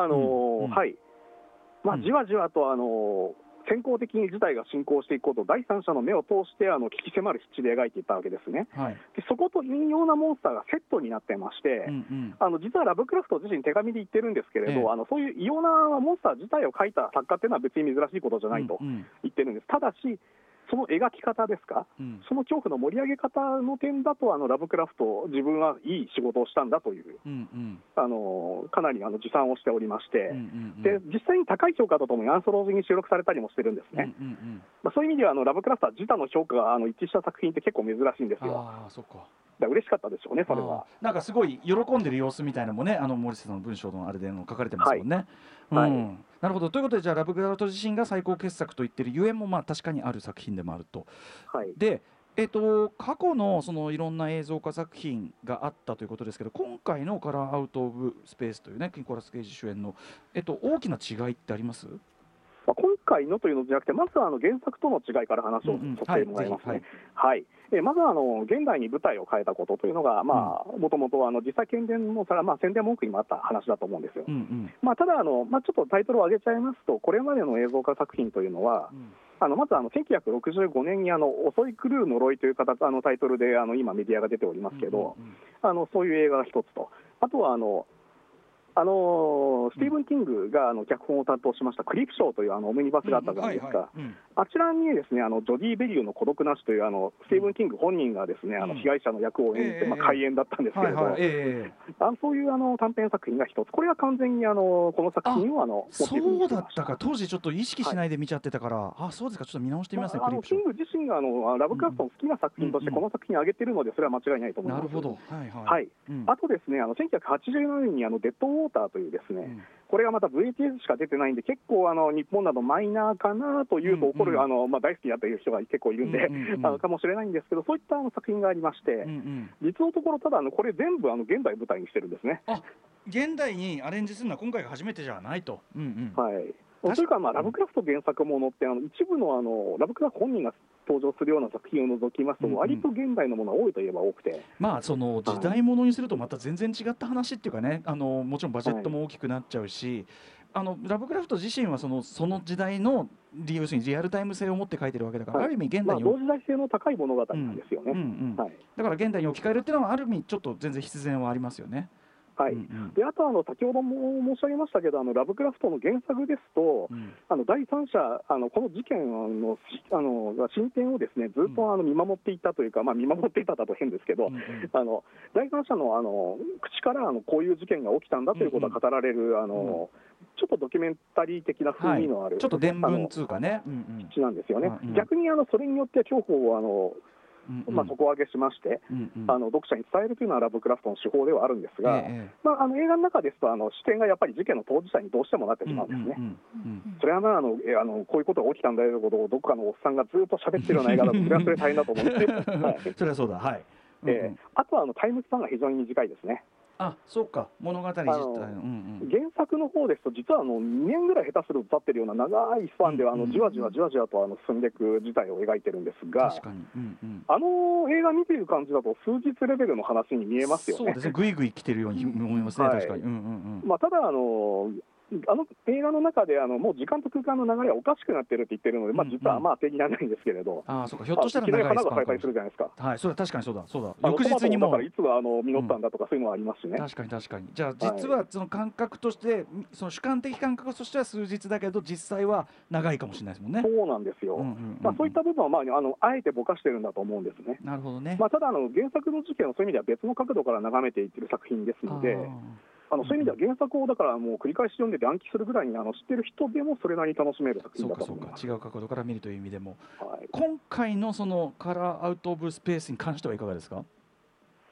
じわじわと先行的に事態が進行していくことを第三者の目を通して鬼気迫る筆致で描いていったわけですね。でそこと引用なモンスターがセットになってまして、実はラブクラフト自身手紙で言ってるんですけれど、そういう異様なモンスター自体を描いた作家っていうのは別に珍しいことじゃないと言ってるんです。ただしその描き方ですか、その恐怖の盛り上げ方の点だとラブクラフト自分はいい仕事をしたんだという、かなり自賛をしておりまして、で実際に高い評価とともにアンソロージーに収録されたりもしてるんですね。そういう意味ではラブクラフトは自他の評価が一致した作品って結構珍しいんですよ。だ嬉しかったでしょうね、それは。 なんかすごい喜んでる様子みたいなのもね、森下さんの文章のあれで書かれてますもんね。なるほど。ということで、じゃあラブクラフト自身が最高傑作と言ってるゆえんも確かにある作品でもあると。で、過去のそのいろんな映像化作品があったということですけど、今回のカラーアウト・オブ・スペースというね、ニコラス・ケイジ主演の、大きな違いってあります？ 今回のというのじゃなくて、まずは原作との違いから話をさせてもらいますね。まずは現代に舞台を変えたことというのが、もともと実際宣伝も宣伝文句にもあった話だと思うんですよ。ただちょっとタイトルを挙げちゃいますと、これまでの映像化作品というのは、まず1965年に襲い狂う呪いというタイトルで今メディアが出ておりますけど、そういう映画が一つと、あとはスティーブン・キングが脚本を担当しましたクリプショーというオムニバスがあったじゃないですか。あちらにですね、ジョディ・ベリューの孤独なしというスティーブン・キング本人がですね被害者の役を演じて怪演だったんですけれど、そういう短編作品が一つ、これは完全にこの作品をモチーフにしてました。 そうだったか。当時ちょっと意識しないで見ちゃってたから、そうですか。ちょっと見直してみますね。 キング自身がラブクラフトの好きな作品としてこの作品を挙げているので、それは間違いないと思います。なるほど。あとですね、1987年にデッドウォーターというですね、これがまた VHS しか出てないんで、結構日本などマイナーかなというと怒る大好きだという人が結構いるんでかもしれないんですけど、そういった作品がありまして、実のところただこれ全部現代舞台にしてるんですね。 現代にアレンジするのは今回が初めてじゃないと。 それからラブクラフト原作ものって一部のラブクラフト本人が登場するような作品を除きますと、割と現代のものが多いといえば多くて、 その時代ものにするとまた全然違った話っていうかね、もちろんバジェットも大きくなっちゃうし、ラブクラフト自身はその時代の要するにリアルタイム性を持って書いてるわけだから、ある意味現代に同時代性の高い物語なんですよね。 だから現代に置き換えるっていうのはある意味ちょっと全然必然はありますよね。 であと先ほども申し上げましたけど、ラブクラフトの原作ですと、第三者この事件の進展をですねずっと見守っていたというか、見守っていただと変ですけど、第三者の口からこういう事件が起きたんだということが語られるちょっとドキュメンタリー的な風味のある、 ちょっと伝聞通過ねなんですよね。逆にそれによって恐怖を底上げしまして、読者に伝えるというのはラブクラフトの手法ではあるんですが、映画の中ですと視点がやっぱり事件の当事者にどうしてもなってしまうんですね。それはこういうことが起きたんだよということをどこかのおっさんがずっと喋ってるような映画だと、それはそれ大変だと思ってそれはそうだ。 あとはタイムスパンが非常に短いですね。 そうか、物語自体、原作の方ですと実は2年ぐらい下手すると経ってるような長いスパンではじわじわと進んでいく事態を描いてるんですが、映画見ている感じだと数日レベルの話に見えますよね。 そうですね、ぐいぐい来てるように思いますね。確かに。 ただ映画の中でもう時間と空間の流れはおかしくなってるって言ってるので、実は定義ないんですけれど、 そうか、ひょっとしたら長い花が咲いたりするじゃないですか。 それは確かにそうだ。翌日にもだからいつは実ったんだとかそういうのはありますしね。 確かに。じゃあ実はその感覚としてその主観的感覚としては数日だけど実際は長いかもしれないですもんね。 そうなんですよ。そういった部分はあえてぼかしてるんだと思うんですね。 なるほどね。 ただ原作の事件をそういう意味では別の角度から眺めていってる作品ですので、そういう意味では原作をだからもう繰り返し読んでて暗記するぐらいに知ってる人でもそれなりに楽しめる作品だと思います。 違う角度から見るという意味でも、今回のそのカラーアウトオブスペースに関してはいかがですか？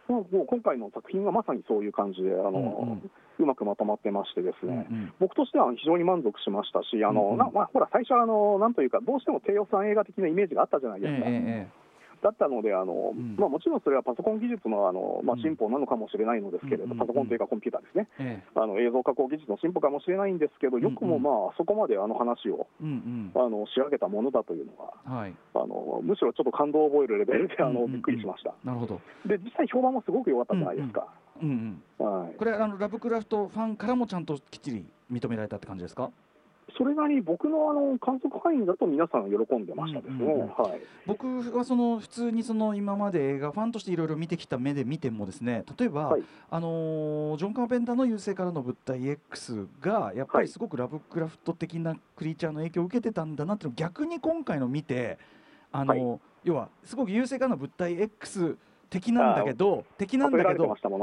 もう今回の作品はまさにそういう感じでうまくまとまってましてですね、僕としては非常に満足しましたし、ほら最初はなんというかどうしても低予算映画的なイメージがあったじゃないですか。だったのでもちろんそれはパソコン技術の進歩なのかもしれないのですけれど、パソコンというかコンピューターですね、映像加工技術の進歩かもしれないんですけど、よくもそこまで話を仕上げたものだというのは、むしろちょっと感動を覚えるレベルでびっくりしました。 なるほど。 で実際評判もすごく良かったじゃないですか。 これラブクラフトファンからもちゃんときっちり認められたって感じですか？ それなりに僕の観測範囲だと皆さん喜んでましたですね。 僕は普通に今まで映画ファンとしていろいろ見てきた目で見てもですね、例えば、ジョン・カーペンターの優勢からの物体 X がやっぱりすごくラブクラフト的なクリーチャーの影響を受けてたんだなっていうのを逆に今回の見て要はすごく優勢からの物体 X敵なんだけど敵なんだけ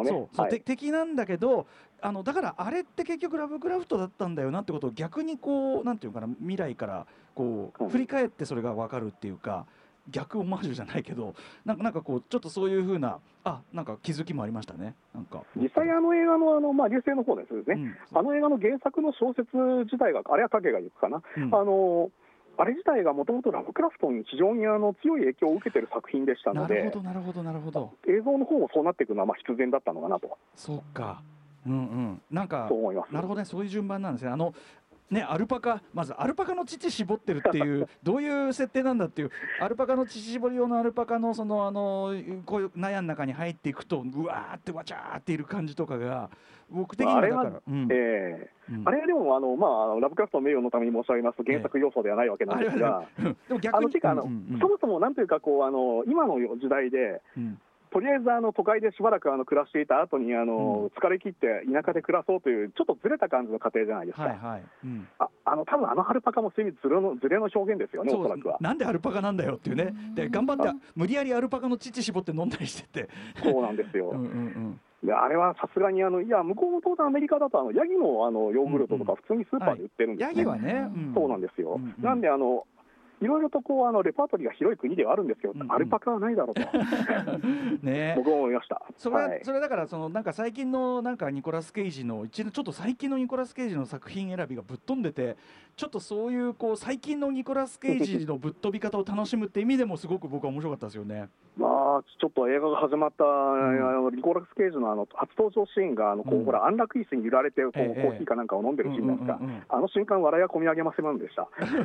どだからあれって結局ラブクラフトだったんだよなってことを逆になんていうかな、未来から振り返ってそれが分かるっていうか、逆オマージュじゃないけどなんかちょっとそういう風ななんか気づきもありましたね。なんか実際映画の流星の方ですね、映画の原作の小説自体があれは影が行くかな、あれ自体がもともとラブクラフトに非常に強い影響を受けている作品でしたので、 なるほど映像の方もそうなっていくのは必然だったのかなと。 そうか、なんかそう思います。 なるほどね、そういう順番なんですね。アルパカ、まずアルパカの乳絞ってるっていうどういう設定なんだっていう、アルパカの乳絞り用のアルパカのこういう納屋の中に入っていくとうわーってわちゃーっている感じとかが僕的にはだから、あれはでもラブクラフトの名誉のために申し上げますと原作要素ではないわけなんですが、 でも逆にそもそもなんというか今の時代で、とりあえず都会でしばらく暮らしていた後に疲れ切って田舎で暮らそうというちょっとずれた感じの家庭じゃないですか。多分アルパカもそういうずれの表現ですよね、おそらくは。 なんでアルパカなんだよっていうね。で頑張って無理やりアルパカの乳絞って飲んだりしててそうなんですよ。であれはさすがに向こうの当然アメリカだとヤギのヨーグルトとか普通にスーパーで売ってるんですね。 ヤギはね、 そうなんですよ。なんでいろいろとレパートリーが広い国ではあるんですけど、アルパカはないだろうと僕も思いました。 それだからなんか最近のなんかニコラス・ケイジのちょっと最近のニコラス・ケイジの作品選びがぶっ飛んでて、ちょっとそういう最近のニコラス・ケイジのぶっ飛び方を楽しむって意味でもすごく僕は面白かったですよね。 ちょっと映画が始まったニコラス・ケイジの初登場シーンがほら安楽椅子に揺られてコーヒーかなんかを飲んでるシーンですか。瞬間笑いがこみ上げませんでした。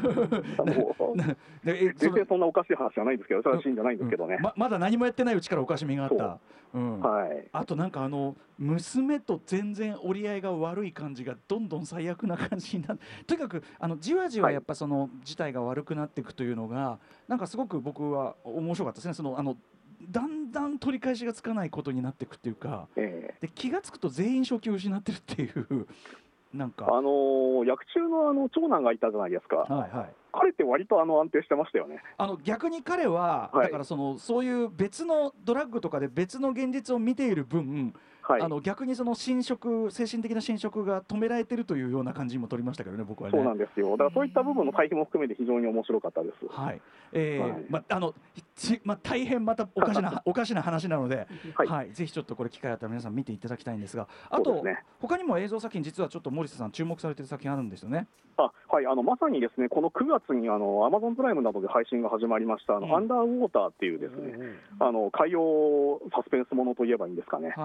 全然そんなおかしい話じゃないんですけど、それはシーンじゃないんですけどね。 まだ何もやってないうちからおかしみがあった。あとなんか娘と全然折り合いが悪い感じがどんどん最悪な感じになって、とにかくじわじわやっぱ事態が悪くなっていくというのがなんかすごく僕は面白かったですね。だんだん取り返しがつかないことになっていくっていうか、で気がつくと全員初級失ってるっていうなんか役中の長男がいたじゃないですか。彼って割と安定してましたよね。 逆に彼は、だからそういう別のドラッグとかで別の現実を見ている分、逆に精神的な侵食が止められてるというような感じも取りましたけどね、僕はね。 そうなんですよ。だからそういった部分の対比も含めて非常に面白かったです。 大変またおかしな話なので、ぜひちょっとこれ機会あったら皆さん見ていただきたいんですが、あと他にも映像作品実はちょっと森下さん注目されている作品あるんですよね。 まさにですね、この9月にAmazon プライムなどで配信が始まりましたアンダーウォーターっていうですね、海洋サスペンスものといえばいいんですかね。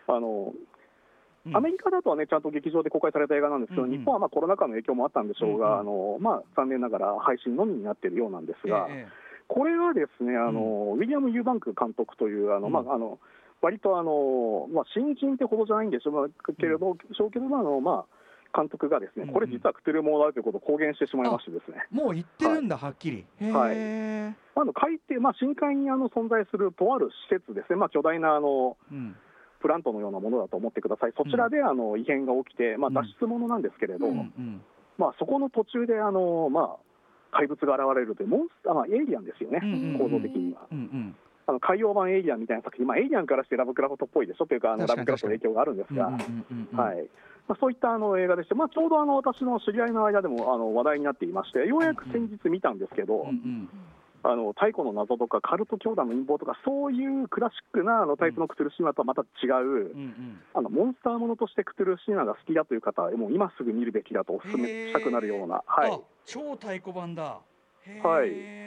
アメリカだとはねちゃんと劇場で公開された映画なんですけど、日本はコロナ禍の影響もあったんでしょうが、残念ながら配信のみになっているようなんですが、これはですねウィリアム・ユーバンク監督という割と新人ってほどじゃないんでしょうけれど、監督がですね、これ実はクトゥルーものだということを公言してしまいましてですね。 もう言ってるんだ、はっきり。 海底、深海に存在するとある施設ですね、巨大なプラントのようなものだと思ってください。そちらで異変が起きて、脱出ものなんですけれど、そこの途中で怪物が現れるというモンスター、エイリアンですよね、構造的には。海洋版エイリアンみたいな作品、エイリアンからしてラブクラフトっぽいでしょというか、ラブクラフトの影響があるんですが、そういった映画でして、ちょうど私の知り合いの間でも話題になっていまして、ようやく先日見たんですけど、 太古の謎とかカルト教団の陰謀とかそういうクラシックなタイプのクトゥルフ神話とはまた違う、モンスターものとしてクトゥルフ神話が好きだという方はもう今すぐ見るべきだとお勧めしたくなるような、はい、 超太鼓判だ。 はい、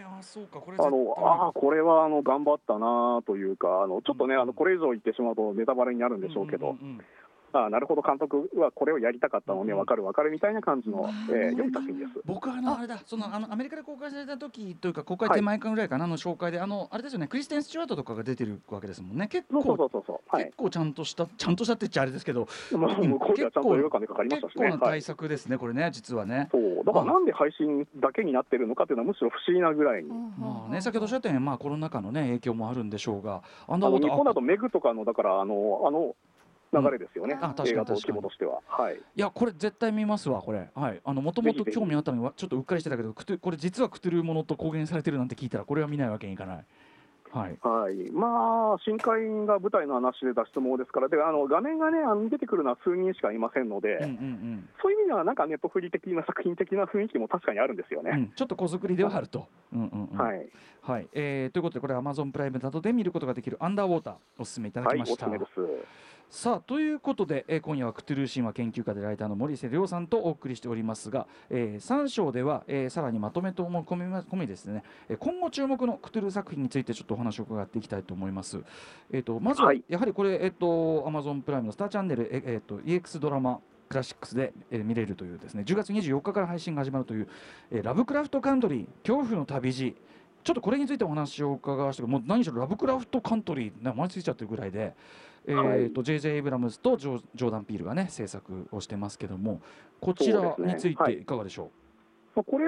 そうか、これこれは頑張ったなというか、ちょっとね、これ以上言ってしまうとネタバレになるんでしょうけど、なるほど、監督はこれをやりたかったのね、分かるみたいな感じの、良い作品です。 僕はあれだ、アメリカで公開された時というか、公開手前間ぐらいかなの紹介で、あれですよね、クリステン・スチュワートとかが出てるわけですもんね。結構ちゃんとしたって言っちゃあれですけど、 向こうではちゃんと映画館でかかりましたしね。 結構な大作ですね、これね、実はね。 そうだからなんで配信だけになってるのかっていうのはむしろ不思議なぐらいに。 先ほどおっしゃったように、コロナ禍のね影響もあるんでしょうが、 日本だとメグとかのだから流れですよね、映画と規模としては。はい、いやこれ絶対見ますわ、これ。はい、もともと興味あったのにちょっとうっかりしてたけど、これ実はクトゥルものと公言されてるなんて聞いたら、これは見ないわけにいかない。はいはい、深海が舞台の話で脱出もですから、で画面がね出てくるのは数人しかいませんので、そういう意味ではなんかネットフリ的な作品的な雰囲気も確かにあるんですよね。 ちょっと小作りではあると。はい、ということで、これは Amazon プライムなどで見ることができるアンダーウォーターお勧めいただきました。 はい、お勧めです。 さあということで、今夜はクトゥルー神話研究家でライターの森瀬亮さんとお送りしておりますが、3章では、さらにまとめとも込みですね、今後注目のクトゥルー作品についてちょっとお話を伺っていきたいと思います。まずはやはりこれ、Amazon プライムのスターチャンネル、EX ドラマクラシックスで、見れるというですね、10月24日から配信が始まるという、ラブクラフトカントリー恐怖の旅路、ちょっとこれについてお話を伺わせて、もう何しろラブクラフトカントリー名前ついちゃってるぐらいで、J.J. エイブラムズとジョーダン・ピールがね制作をしてますけども、こちらについていかがでしょう。 これ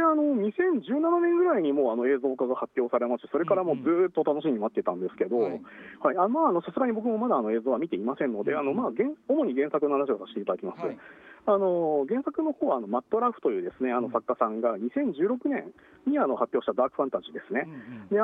2017年ぐらいにも映像化が発表されまして、それからもうずっと楽しみに待ってたんですけど、さすがに僕もまだ映像は見ていませんので、主に原作の話をさせていただきます。原作の方はマット・ラフというですね作家さんが2016年に発表したダークファンタジーですね。で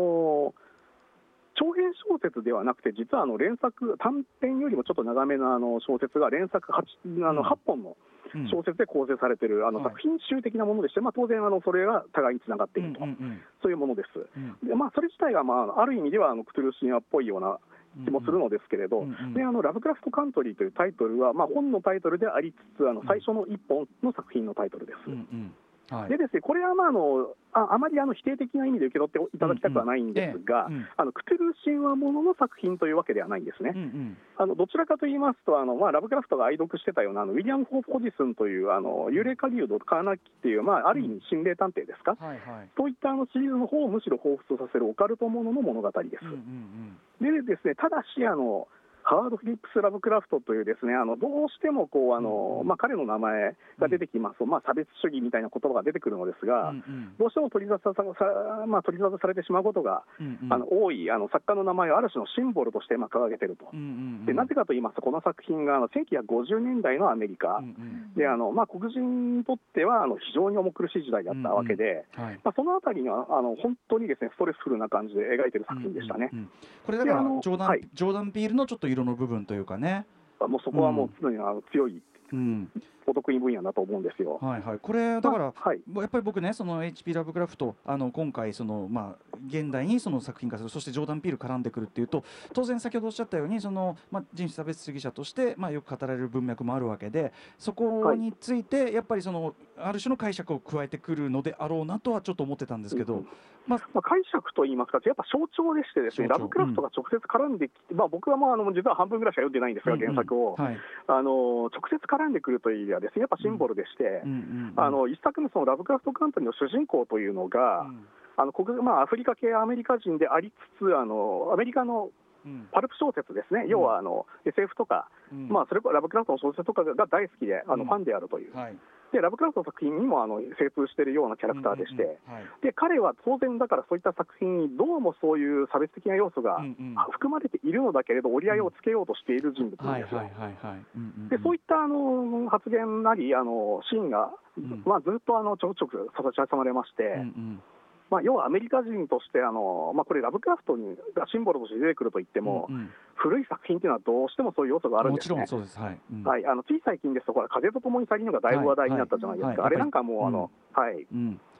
長編小説ではなくて、実は連作短編よりもちょっと長めの小説が連作 8本の小説で構成されている作品集的なものでして、当然それが互いにつながっていると、そういうものです。でそれ自体がある意味ではクトゥルフ神話っぽいような気もするのですけれど、でラブクラフトカントリーというタイトルは、本のタイトルでありつつ最初の一本の作品のタイトルです。でですね、これはあまり否定的な意味で受け取っていただきたくはないんですが、クトゥルフ神話ものの作品というわけではないんですね。どちらかと言いますとラブクラフトが愛読してたようなウィリアム・ホジソンという幽霊狩人カーナッキっていう、ある意味心霊探偵ですか、そういったシリーズの方をむしろ彷彿とさせるオカルトものの物語です。でですね、ただしハワード・フィリップス・ラブクラフトというですねどうしても彼の名前が出てきますと、差別主義みたいな言葉が出てくるのですが、どうしても取り沙汰されてしまうことが、多い作家の名前をある種のシンボルとして掲げていると。でなぜかと言いますと、この作品が1950年代のアメリカで黒人にとっては非常に重苦しい時代だったわけで、そのあたりには本当にですねストレスフルな感じで描いている作品でしたね。 これだからジョーダン・ピールのちょっと色の部分というかね、 もうそこはもう常に強いお得意分野だと思うんですよ。 これだから、やっぱり僕ね、その HP ラブクラフト今回現代にその作品化する、そしてジョーダン・ピール絡んでくるっていうと、当然先ほどおっしゃったように人種差別主義者としてよく語られる文脈もあるわけで、そこについてやっぱりある種の解釈を加えてくるのであろうなとはちょっと思ってたんですけど、 解釈といいますか、やっぱ象徴でしてですね、ラブクラフトが直接絡んできて、僕は実は半分ぐらいしか読んでないんですが、原作を直接絡んでくるという意味ではですね、やっぱシンボルでして、一作目そのラブクラフトカントリーの主人公というのが、アフリカ系アメリカ人でありつつアメリカのパルプ小説ですね、要はSF とか、それこそラブクラフトの小説とかが大好きでファンであるという。でラブクラフトの作品にも精通しているようなキャラクターでして、で彼は当然だからそういった作品にどうもそういう差別的な要素が含まれているのだけれど、折り合いをつけようとしている人物なんですよ。でそういった発言なりシーンが、ずっとちょくちょく挟まれまして、要はアメリカ人としてこれラブクラフトがシンボルとして出てくるといっても、古い作品というのはどうしてもそういう要素があるんですね。もちろんそうです。つい最近ですと風と共に去りぬがだいぶ話題になったじゃないですか。あれなんかも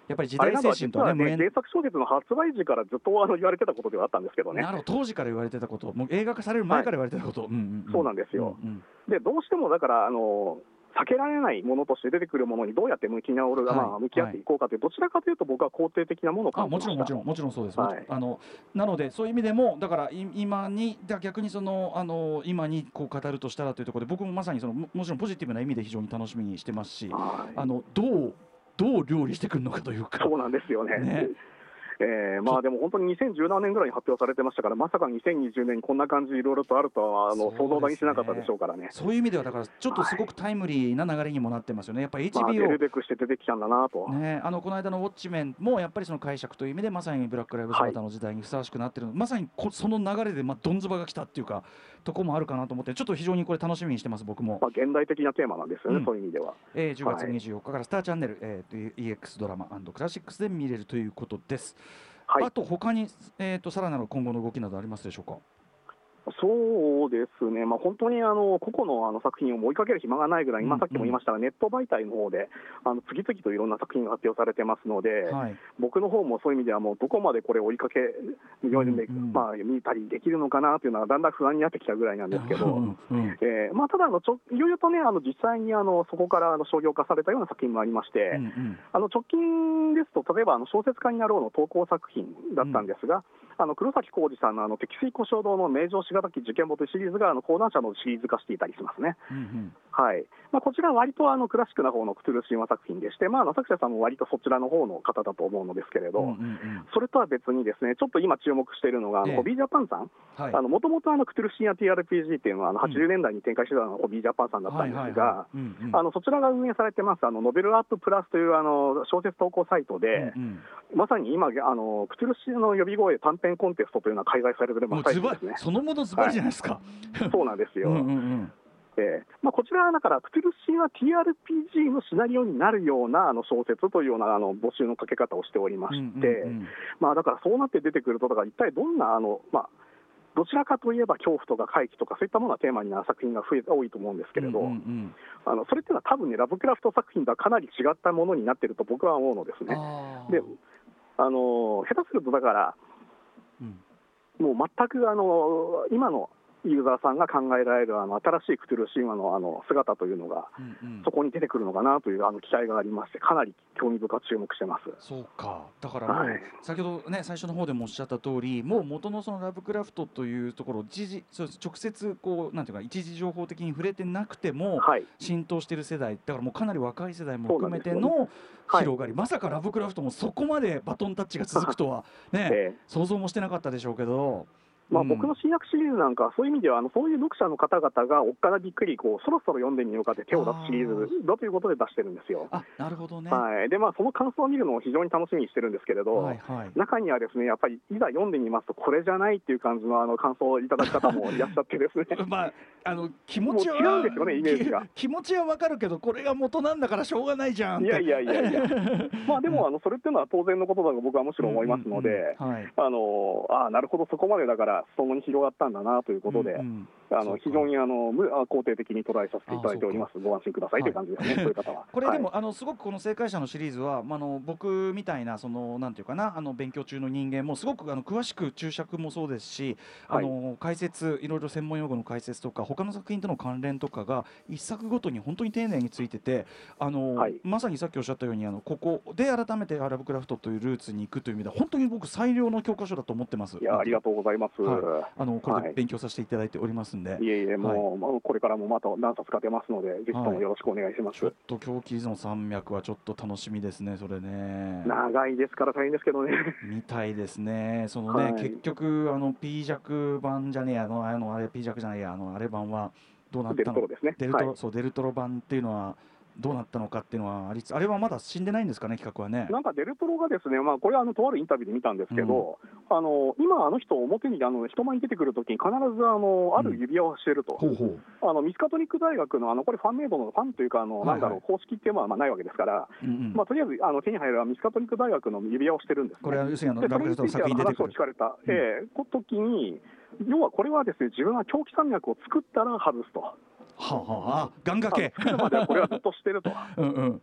やっぱり時代精神とね、 原作小説の発売時からずっと言われてたことではあったんですけどね。 なるほど、当時から言われてたこと、もう映画化される前から言われてたこと、 そうなんですよ。でどうしてもだから避けられないものとして出てくるものにどうやって向き合っていこうかという、どちらかというと僕は肯定的なものを感じました。 もちろんそうです、なのでそういう意味でもだから今に逆に今にこう語るとしたらというところで、僕もまさにもちろんポジティブな意味で非常に楽しみにしてますし、どう料理してくるのかというか。 そうなんですよね。まあでも本当に2017年ぐらいに発表されてましたから、まさか2020年にこんな感じいろいろとあるとは想像だにしなかったでしょうからね。 そういう意味ではだからちょっとすごくタイムリーな流れにもなってますよね。やっぱり HBO、 出るべくして出てきたんだなと、 この間のウォッチメンもやっぱりその解釈という意味でまさにブラックライブズマターの時代にふさわしくなってる、まさにその流れでどんずばが来たっていうかとこもあるかなと思って、ちょっと非常にこれ楽しみにしてます僕も。 現代的なテーマなんですよね、そういう意味では。 10月24日からスターチャンネル、EX ドラマ&クラシックスで見れるということです。あと他に、さらなる今後の動きなどありますでしょうか。 そうですね、本当に個々の作品を追いかける暇がないぐらい、今さっきも言いましたが、ネット媒体の方で次々といろんな作品が発表されてますので、僕の方もそういう意味ではもうどこまでこれを追いかけ見たりできるのかなというのはだんだん不安になってきたぐらいなんですけど、ただいろいろとね実際にそこから商業化されたような作品もありまして、直近ですと例えば小説家になろうの投稿作品だったんですが、黒崎浩二さんの適水小正堂の名城しがたき受験簿というシリーズが講談社のシリーズ化していたりしますね。こちらは割とクラシックな方のクトゥル神話作品でして、作者さんも割とそちらの方の方だと思うのですけれど、それとは別にですね、ちょっと今注目しているのがホビージャパンさん、もともとクトゥル神話 TRPG っていうのは80年代に展開してたのがホビージャパンさんだったんですが、そちらが運営されてますノベルアッププラスという小説投稿サイトで、まさに今クトゥル神話の呼び声短編コンテストというのが開催されているサイトですね。 そのものズバリじゃないですか。 そうなんですよ。こちらはだからクトゥル神話 TRPG のシナリオになるような小説というような募集のかけ方をしておりまして、だからそうなって出てくると、だから一体どんなどちらかといえば恐怖とか怪奇とかそういったものがテーマになる作品が多いと思うんですけれど、それっていうのは多分ねラブクラフト作品とはかなり違ったものになっていると僕は思うのですね。で下手するとだから、もう全く今のユーザーさんが考えられる新しいクトゥル神話の姿というのが、そこに出てくるのかなという期待がありまして、かなり興味深く注目してます。 そうか、だからもう、先ほどね最初の方でもおっしゃった通り、もう元のそのラブクラフトというところを直接こうなんていうか一時情報的に触れてなくても浸透している世代だから、もうかなり若い世代も含めての広がり、まさかラブクラフトもそこまでバトンタッチが続くとはね、想像もしてなかったでしょうけど。 僕の新約シリーズなんかはそういう意味ではそういう読者の方々がおっかなびっくりそろそろ読んでみようかって手を出すシリーズだということで出してるんですよ。 なるほどね。 でその感想を見るのを非常に楽しみにしてるんですけれど、中にはですねやっぱりいざ読んでみますとこれじゃないっていう感じの感想をいただく方もいらっしゃってですね気持ちは違うんですよね、イメージが。 気持ちはわかるけどこれが元なんだからしょうがないじゃんって。 いやでもそれっていうのは当然のことだと僕はむしろ思いますので、なるほど、そこまでだからそこに広がったんだなということで、非常に肯定的に捉えさせていただいております。ご安心くださいという感じですね、そういう方は。 これでもすごくこの正解者のシリーズは僕みたいななんていうかな勉強中の人間もすごく詳しく注釈もそうですし、解説いろいろ専門用語の解説とか他の作品との関連とかが一作ごとに本当に丁寧についてて、まさにさっきおっしゃったようにここで改めてラブクラフトというルーツに行くという意味では本当に僕最良の教科書だと思ってます。 ありがとうございます。 これで勉強させていただいておりますんで、 もうこれからもまた何冊か出ますので、ぜひともよろしくお願いします。 ちょっと狂気の山脈はちょっと楽しみですね。それね、 長いですから大変ですけどねみたいですね。結局P 弱版じゃねえやあれ P 弱じゃないやあれ版はどうなったの。 デルトロですね。 デルトロ版っていうのはどうなったのかっていうのはあれはまだ死んでないんですかね、企画はね。 なんかデルトロがですね、これはとあるインタビューで見たんですけど、今人表に人前に出てくるときに必ずある指輪をしていると、ミスカトリック大学のこれファンメイドのファンというか公式っていうのはないわけですから、とりあえず手に入るミスカトリック大学の指輪をしてるんですね。 これは要するにラブクラフトの作品に出てくる。 話を聞かれた時に、要はこれはですね、自分は狂気山脈を作ったら外すと。 願掛け作るまではこれはずっとしてると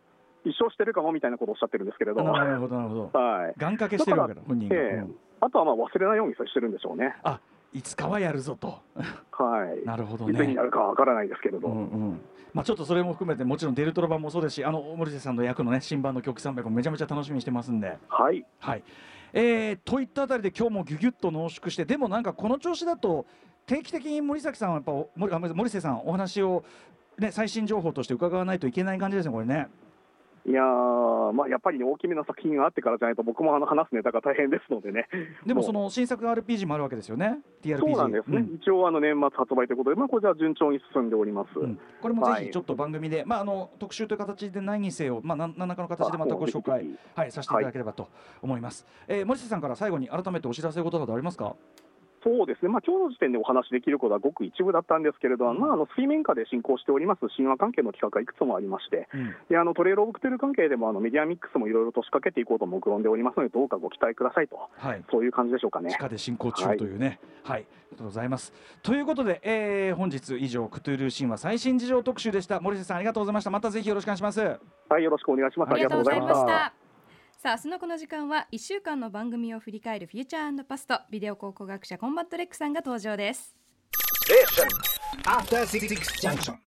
一生してるかもみたいなことをおっしゃってるんですけれど。 なるほどなるほど、はい、願掛けしてるわけだ本人が、 あとはまあ忘れないようにしてるんでしょうね。 いつかはやるぞとはい、 なるほどね。 いつになるかわからないですけれど、 まあ、ちょっとそれも含めてもちろんデルトロ版もそうですし森瀬さんの役のね新版の曲300もめちゃめちゃ楽しみにしてますんで、 はいはい、といったあたりで今日もギュギュッと濃縮して、でもなんかこの調子だと定期的に森崎さんはやっぱ森瀬さんお話を、ね、最新情報として伺わないといけない感じですねこれね。 いやまあ、やっぱり、ね、大きめの作品があってからじゃないと僕も話すネタが大変ですのでね。 でもその新作 RPG もあるわけですよね。 TRPG。 そうなんですね、一応年末発売ということで、まあ、これは順調に進んでおります、 これもぜひちょっと番組で、まあ、特集という形で何にせよ、まあ、何らかの形でまたご紹介、させていただければと思います。森瀬さんから最後に改めてお知らせことなどありますか？ そうですね、まあ、今日の時点でお話しできることはごく一部だったんですけれど、まあ、水面下で進行しております神話関係の企画がいくつもありまして、でトレイル・オブ・クトゥル関係でもメディアミックスもいろいろと仕掛けていこうと目論んでおりますので、どうかご期待くださいと、そういう感じでしょうかね。 地下で進行中というね、ありがとうございます。ということで、本日以上クトゥルー神話最新事情特集でした。森瀬さんありがとうございました。またぜひよろしくお願いします。 はい、よろしくお願いします。ありがとうございました。 さあ明日のこの時間は1週間の番組を振り返るフューチャー&パスト、ビデオ考古学者コンバットレックさんが登場です。